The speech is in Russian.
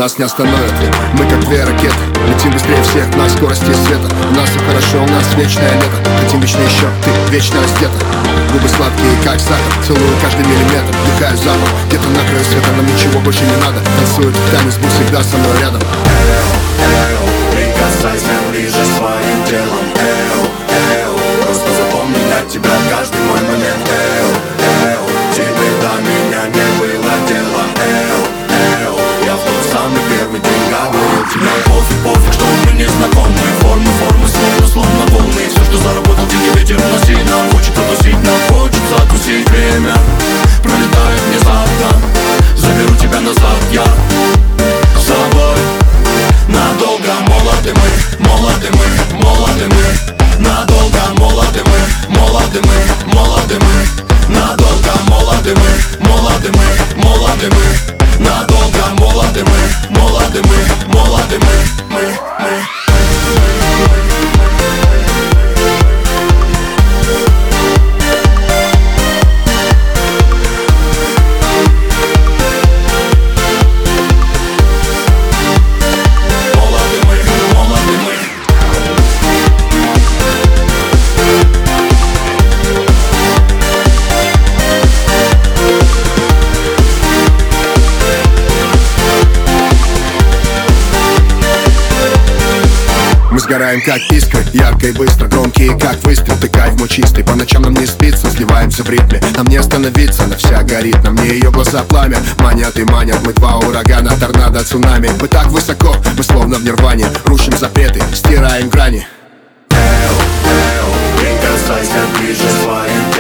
нас не остановят. Мы как две ракеты, летим быстрее всех на скорости света. У нас все хорошо, у нас вечное лето. Хотим вечно еще, ты вечно раздета. Губы сладкие, как сахар, целую каждый миллиметр. Вдыхаю запах, где-то на краю света. Нам ничего больше не надо. Танцует танец, будь всегда со мной рядом. Прикасайся ближе своим телом. Просто запомни для тебя каждый мой момент. Тебе до меня не было дела. Я в тот самый первый день говорил тебе пофиг, что мы не знакомы. Формы, словно волны. Все, что заработал, деньги ветер уноси. Нам хочется тусить, нам хочется откусить. Время пролетает внезапно. Заберу тебя назад, я с собой. Надолго молоды мы, молоды мы, молоды мы. Надолго молоды мы, молоды мы, молоды мы. Надолго молоды мы, молоды мы, молоды мы. Надолго молоды мы, молоды мы, молоды мы. Мы сгораем как искры, ярко и быстро. Громкие как выстрел, ты кайф мой чистый. По ночам нам не спится, сливаемся в ритме. Нам не остановиться, она вся горит. На мне ее глаза пламя, манят и манят. Мы два урагана, торнадо, цунами. Мы так высоко, мы словно в нирване. Рушим запреты, стираем грани. Прикасайся ближе своим